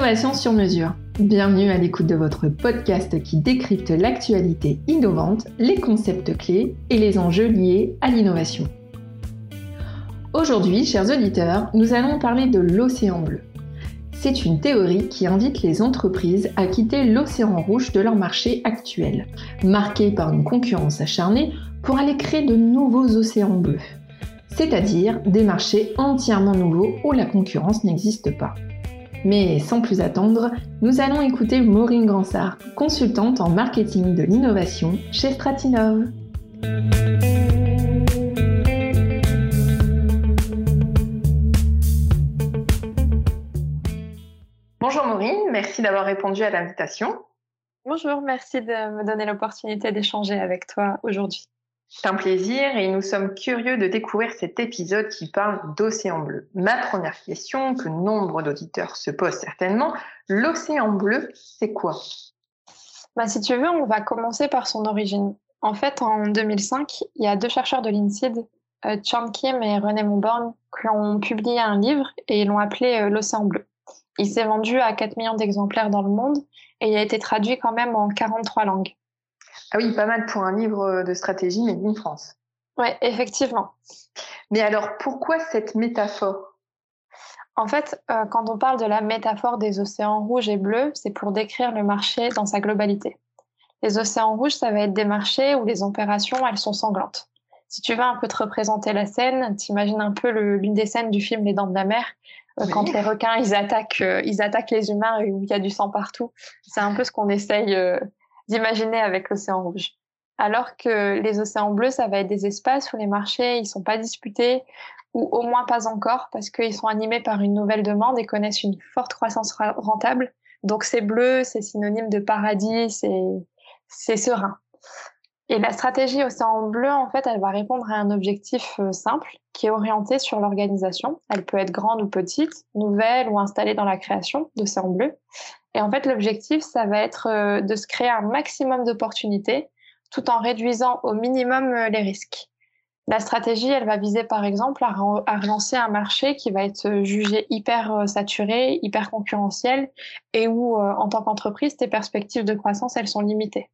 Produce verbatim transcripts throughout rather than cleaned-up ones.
Innovation sur mesure. Bienvenue à l'écoute de votre podcast qui décrypte l'actualité innovante, les concepts clés et les enjeux liés à l'innovation. Aujourd'hui, chers auditeurs, nous allons parler de l'océan bleu. C'est une théorie qui invite les entreprises à quitter l'océan rouge de leur marché actuel, marqué par une concurrence acharnée, pour aller créer de nouveaux océans bleus, c'est-à-dire des marchés entièrement nouveaux où la concurrence n'existe pas. Mais sans plus attendre, nous allons écouter Maureen Gransart, consultante en marketing de l'innovation chez Stratinov. Bonjour Maureen, merci d'avoir répondu à l'invitation. Bonjour, merci de me donner l'opportunité d'échanger avec toi aujourd'hui. C'est un plaisir et nous sommes curieux de découvrir cet épisode qui parle d'océan bleu. Ma première question, que nombre d'auditeurs se posent certainement, l'océan bleu, c'est quoi ? Bah, si tu veux, on va commencer par son origine. En fait, en deux mille cinq, il y a deux chercheurs de l'I N S E E D, euh, Chan Kim et René Monborn, qui ont publié un livre et ils l'ont appelé euh, l'océan bleu. Il s'est vendu à quatre millions d'exemplaires dans le monde et il a été traduit quand même en quarante-trois langues. Ah oui, pas mal pour un livre de stratégie made in France. Oui, effectivement. Mais alors, pourquoi cette métaphore ? En fait, euh, quand on parle de la métaphore des océans rouges et bleus, c'est pour décrire le marché dans sa globalité. Les océans rouges, ça va être des marchés où les opérations, elles sont sanglantes. Si tu veux un peu te représenter la scène, t'imagines un peu le, l'une des scènes du film Les Dents de la Mer, euh, oui. Quand les requins, ils attaquent, euh, ils attaquent les humains et où il y a du sang partout. C'est un peu ce qu'on essaye euh, d'imaginer avec l'océan rouge. Alors que les océans bleus, ça va être des espaces où les marchés, ils sont pas disputés, ou au moins pas encore, parce qu'ils sont animés par une nouvelle demande et connaissent une forte croissance rentable. Donc c'est bleu, c'est synonyme de paradis, c'est, c'est serein. Et la stratégie océan bleu, en fait, elle va répondre à un objectif simple, qui est orienté sur l'organisation. Elle peut être grande ou petite, nouvelle ou installée dans la création d'océan bleu. Et en fait, l'objectif, ça va être de se créer un maximum d'opportunités tout en réduisant au minimum les risques. La stratégie, elle va viser par exemple à, re- à relancer un marché qui va être jugé hyper saturé, hyper concurrentiel et où, en tant qu'entreprise, tes perspectives de croissance, elles sont limitées.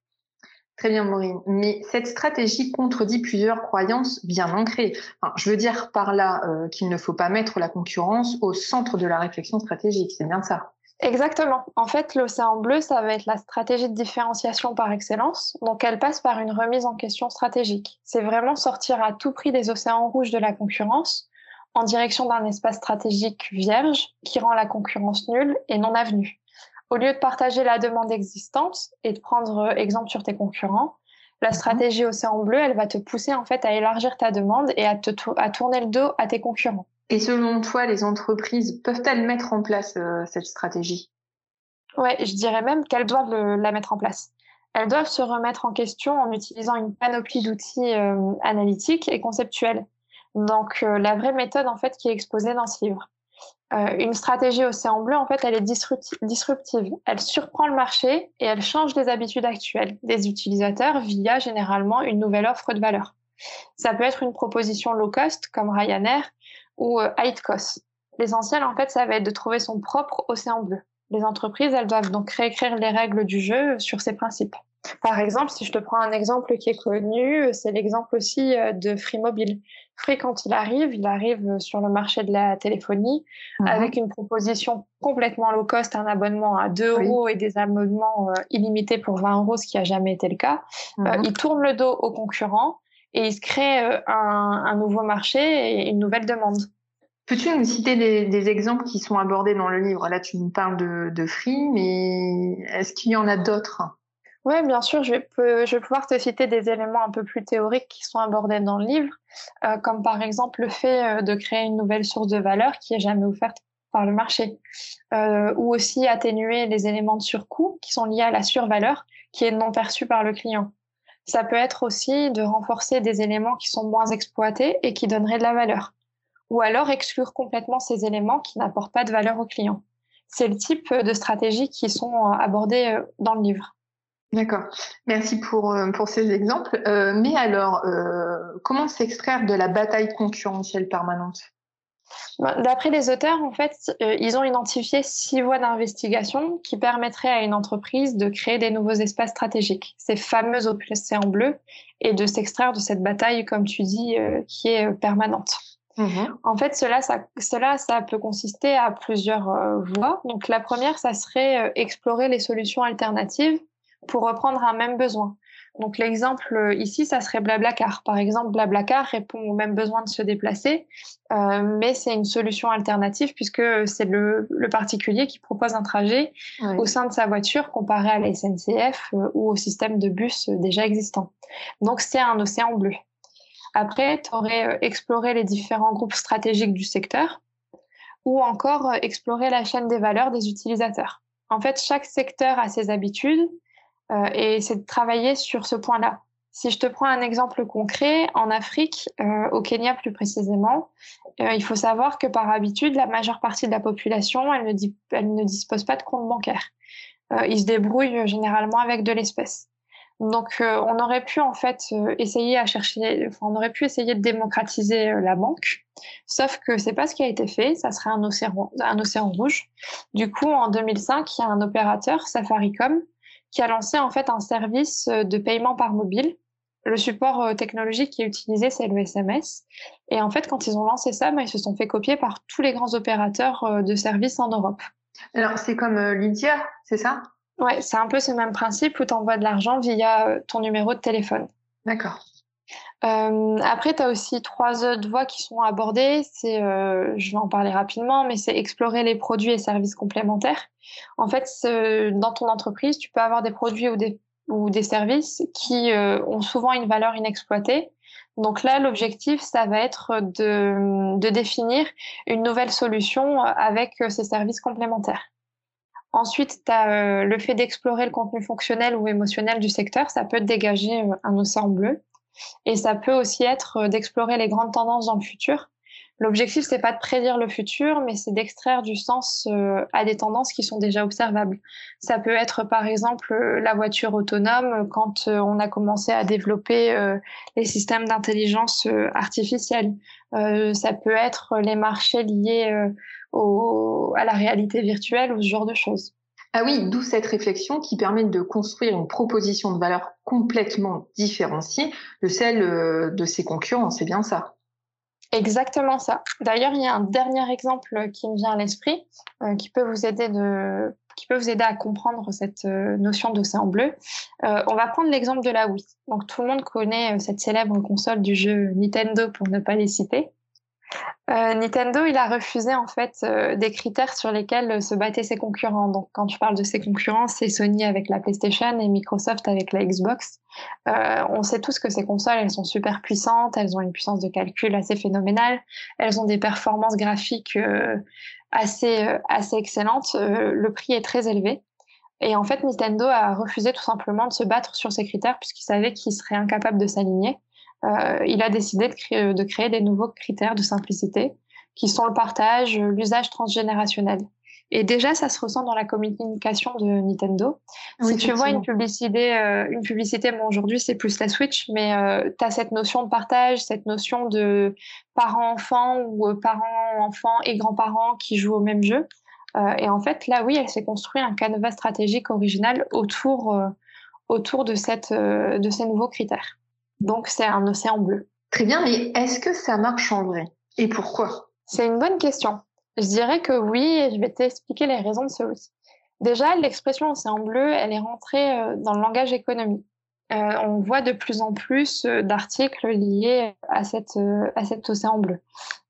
Très bien, Maureen. Mais cette stratégie contredit plusieurs croyances bien ancrées. Enfin, je veux dire par là euh, qu'il ne faut pas mettre la concurrence au centre de la réflexion stratégique. C'est bien ça. Exactement. En fait, l'océan bleu, ça va être la stratégie de différenciation par excellence. Donc, elle passe par une remise en question stratégique. C'est vraiment sortir à tout prix des océans rouges de la concurrence en direction d'un espace stratégique vierge qui rend la concurrence nulle et non avenue. Au lieu de partager la demande existante et de prendre exemple sur tes concurrents, la stratégie océan bleu, elle va te pousser en fait à élargir ta demande et à, te to- à tourner le dos à tes concurrents. Et selon toi, les entreprises peuvent-elles mettre en place euh, cette stratégie ? Ouais, je dirais même qu'elles doivent le, la mettre en place. Elles doivent se remettre en question en utilisant une panoplie d'outils euh, analytiques et conceptuels. Donc, euh, la vraie méthode en fait qui est exposée dans ce livre. Euh, une stratégie océan bleu, en fait, elle est disrupti- disruptive. Elle surprend le marché et elle change les habitudes actuelles des utilisateurs via généralement une nouvelle offre de valeur. Ça peut être une proposition low cost comme Ryanair ou euh, high cost. L'essentiel, en fait, ça va être de trouver son propre océan bleu. Les entreprises, elles doivent donc réécrire les règles du jeu sur ces principes. Par exemple, si je te prends un exemple qui est connu, c'est l'exemple aussi de Free Mobile. Free, quand il arrive, il arrive sur le marché de la téléphonie mmh. avec une proposition complètement low cost, un abonnement à deux oui. euros et des abonnements euh, illimités pour vingt euros, ce qui n'a jamais été le cas. Mmh. Euh, il tourne le dos aux concurrents et il se crée euh, un, un nouveau marché et une nouvelle demande. Peux-tu nous citer des, des exemples qui sont abordés dans le livre ? Là, tu nous parles de, de Free, mais est-ce qu'il y en a d'autres ? Oui, bien sûr, je vais, je vais pouvoir te citer des éléments un peu plus théoriques qui sont abordés dans le livre, euh, comme par exemple le fait de créer une nouvelle source de valeur qui est jamais offerte par le marché, euh, ou aussi atténuer les éléments de surcoût qui sont liés à la survaleur qui est non perçue par le client. Ça peut être aussi de renforcer des éléments qui sont moins exploités et qui donneraient de la valeur, ou alors exclure complètement ces éléments qui n'apportent pas de valeur au client. C'est le type de stratégies qui sont abordées dans le livre. D'accord. Merci pour, pour ces exemples. Euh, mais alors, euh, comment s'extraire de la bataille concurrentielle permanente ? Ben, d'après les auteurs, en fait, euh, ils ont identifié six voies d'investigation qui permettraient à une entreprise de créer des nouveaux espaces stratégiques, ces fameux océans bleus, et de s'extraire de cette bataille, comme tu dis, euh, qui est euh, permanente. Mmh. En fait, cela, ça, cela, ça peut consister à plusieurs euh, voies. Donc, la première, ça serait euh, explorer les solutions alternatives pour reprendre un même besoin. Donc, l'exemple euh, ici, ça serait Blablacar. Par exemple, Blablacar répond au même besoin de se déplacer, euh, mais c'est une solution alternative puisque c'est le, le particulier qui propose un trajet Ouais. au sein de sa voiture comparé à la S N C F euh, ou au système de bus euh, déjà existant. Donc, c'est un océan bleu. Après, tu aurais exploré les différents groupes stratégiques du secteur ou encore euh, explorer la chaîne des valeurs des utilisateurs. En fait, chaque secteur a ses habitudes euh, et c'est de travailler sur ce point-là. Si je te prends un exemple concret, en Afrique, euh, au Kenya plus précisément, euh, il faut savoir que par habitude, la majeure partie de la population, elle ne, dit, elle ne dispose pas de compte bancaire. Euh, ils se débrouillent généralement avec de l'espèce. Donc, euh, on aurait pu en fait euh, essayer à chercher, enfin, on aurait pu essayer de démocratiser euh, la banque, sauf que c'est pas ce qui a été fait. Ça serait un océan, un océan rouge. Du coup, en deux mille cinq, il y a un opérateur, Safaricom, qui a lancé en fait un service euh, de paiement par mobile. Le support euh, technologique qui est utilisé, c'est le S M S. Et en fait, quand ils ont lancé ça, bah, ils se sont fait copier par tous les grands opérateurs euh, de services en Europe. Alors, c'est comme euh, Lydia, c'est ça? Ouais, c'est un peu ce même principe où tu envoies de l'argent via euh, ton numéro de téléphone. D'accord. Euh, après, tu as aussi trois autres voies qui sont abordées. C'est, euh, je vais en parler rapidement, mais c'est explorer les produits et services complémentaires. En fait, c'est- dans ton entreprise, tu peux avoir des produits ou des, ou des services qui euh, ont souvent une valeur inexploitée. Donc là, l'objectif, ça va être de, de définir une nouvelle solution avec euh, ces services complémentaires. Ensuite, tu as le fait d'explorer le contenu fonctionnel ou émotionnel du secteur. Ça peut te dégager euh, un océan bleu. Et ça peut aussi être euh, d'explorer les grandes tendances dans le futur. L'objectif, c'est pas de prédire le futur, mais c'est d'extraire du sens euh, à des tendances qui sont déjà observables. Ça peut être, par exemple, euh, la voiture autonome quand euh, on a commencé à développer euh, les systèmes d'intelligence euh, artificielle. Euh, ça peut être les marchés liés euh, au, à la réalité virtuelle ou ce genre de choses. Ah oui, d'où cette réflexion qui permet de construire une proposition de valeur complètement différenciée de celle euh, de ses concurrents, c'est bien ça. Exactement ça. D'ailleurs, il y a un dernier exemple qui me vient à l'esprit, euh, qui peut vous aider de, qui peut vous aider à comprendre cette euh, notion d'océan bleu. Euh, on va prendre l'exemple de la Wii. Donc, tout le monde connaît euh, cette célèbre console du jeu Nintendo, pour ne pas les citer. Euh, Nintendo, il a refusé en fait euh, des critères sur lesquels se battaient ses concurrents. Donc, quand je parle de ses concurrents, c'est Sony avec la PlayStation et Microsoft avec la Xbox. Euh, on sait tous que ces consoles, elles sont super puissantes, elles ont une puissance de calcul assez phénoménale, elles ont des performances graphiques euh, assez euh, assez excellentes. Euh, le prix est très élevé. Et en fait, Nintendo a refusé tout simplement de se battre sur ces critères puisqu'il savait qu'il serait incapable de s'aligner. Euh, il a décidé de créer, de créer des nouveaux critères de simplicité qui sont le partage, l'usage transgénérationnel. Et déjà, ça se ressent dans la communication de Nintendo. Oui, Si tu vois une effectivement. publicité, euh, une publicité, bon, aujourd'hui, c'est plus la Switch, mais euh, tu as cette notion de partage, cette notion de parents-enfants ou euh, parents-enfants et grands-parents qui jouent au même jeu. Euh, et en fait, là, oui, elle s'est construit un canevas stratégique original autour, euh, autour de, cette, euh, de ces nouveaux critères. Donc, c'est un océan bleu. Très bien, mais est-ce que ça marche en vrai? Et pourquoi? C'est une bonne question. Je dirais que oui, et je vais t'expliquer les raisons de ce oui. Déjà, l'expression océan bleu, elle est rentrée euh, dans le langage économie. Euh, on voit de plus en plus euh, d'articles liés à, cette, euh, à cet océan bleu.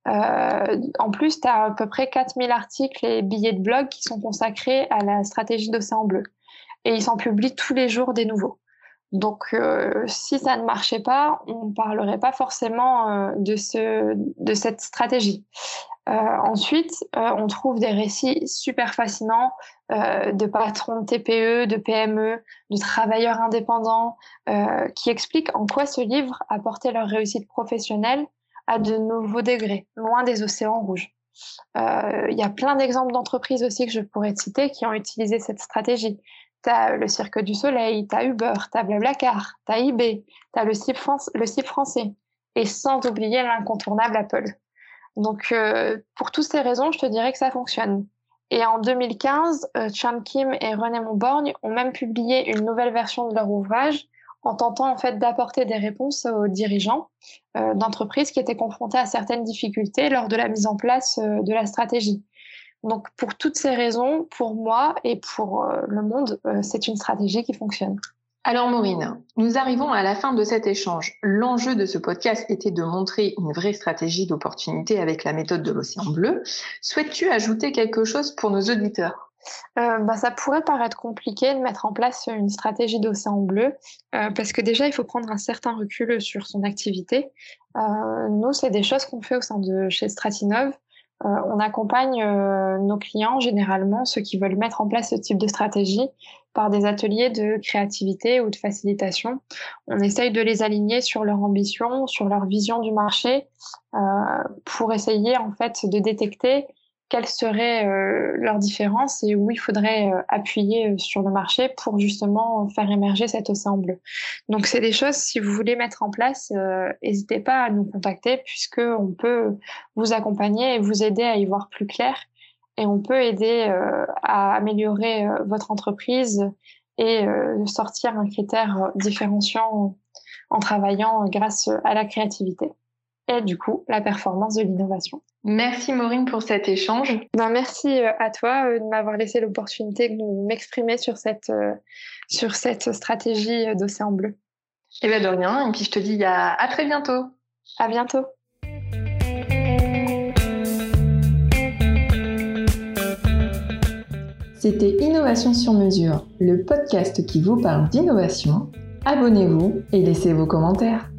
Euh, en plus, tu as à peu près quatre mille articles et billets de blog qui sont consacrés à la stratégie d'océan bleu. Et ils s'en publient tous les jours des nouveaux. Donc, euh, si ça ne marchait pas, on ne parlerait pas forcément euh, de, ce, de cette stratégie. Euh, ensuite, euh, on trouve des récits super fascinants euh, de patrons de T P E, de P M E, de travailleurs indépendants euh, qui expliquent en quoi ce livre a porté leur réussite professionnelle à de nouveaux degrés, loin des océans rouges. Euh, Il y a plein d'exemples d'entreprises aussi que je pourrais te citer qui ont utilisé cette stratégie. T'as le Cirque du Soleil, t'as Uber, t'as Blablacar, t'as eBay, t'as le site, France, le site français, et sans oublier l'incontournable Apple. Donc, euh, pour toutes ces raisons, je te dirais que ça fonctionne. Et en deux mille quinze, euh, Chan Kim et René Monborgne ont même publié une nouvelle version de leur ouvrage en tentant en fait d'apporter des réponses aux dirigeants euh, d'entreprises qui étaient confrontés à certaines difficultés lors de la mise en place euh, de la stratégie. Donc, pour toutes ces raisons, pour moi et pour euh, le monde, euh, c'est une stratégie qui fonctionne. Alors Maureen, nous arrivons à la fin de cet échange. L'enjeu de ce podcast était de montrer une vraie stratégie d'opportunité avec la méthode de l'océan bleu. Souhaites-tu ajouter quelque chose pour nos auditeurs ? Euh, bah, ça pourrait paraître compliqué de mettre en place une stratégie d'océan bleu euh, parce que déjà, il faut prendre un certain recul sur son activité. Euh, nous, c'est des choses qu'on fait au sein de chez Stratinov. Euh, on accompagne euh, nos clients, généralement ceux qui veulent mettre en place ce type de stratégie, par des ateliers de créativité ou de facilitation. On essaye de les aligner sur leur ambition, sur leur vision du marché, euh, pour essayer en fait de détecter quelles seraient euh, leurs différences et où il faudrait euh, appuyer sur le marché pour justement faire émerger cet océan bleu. Donc c'est des choses, si vous voulez mettre en place, euh, n'hésitez pas à nous contacter puisqu'on peut vous accompagner et vous aider à y voir plus clair. Et on peut aider euh, à améliorer euh, votre entreprise et euh, sortir un critère différenciant en travaillant grâce à la créativité et du coup la performance de l'innovation. Merci Maureen pour cet échange. Ben, merci à toi de m'avoir laissé l'opportunité de m'exprimer sur cette, euh, sur cette stratégie d'océan bleu. Eh bien de rien, et puis je te dis à, à très bientôt. À bientôt. C'était Innovation sur mesure, le podcast qui vous parle d'innovation. Abonnez-vous et laissez vos commentaires.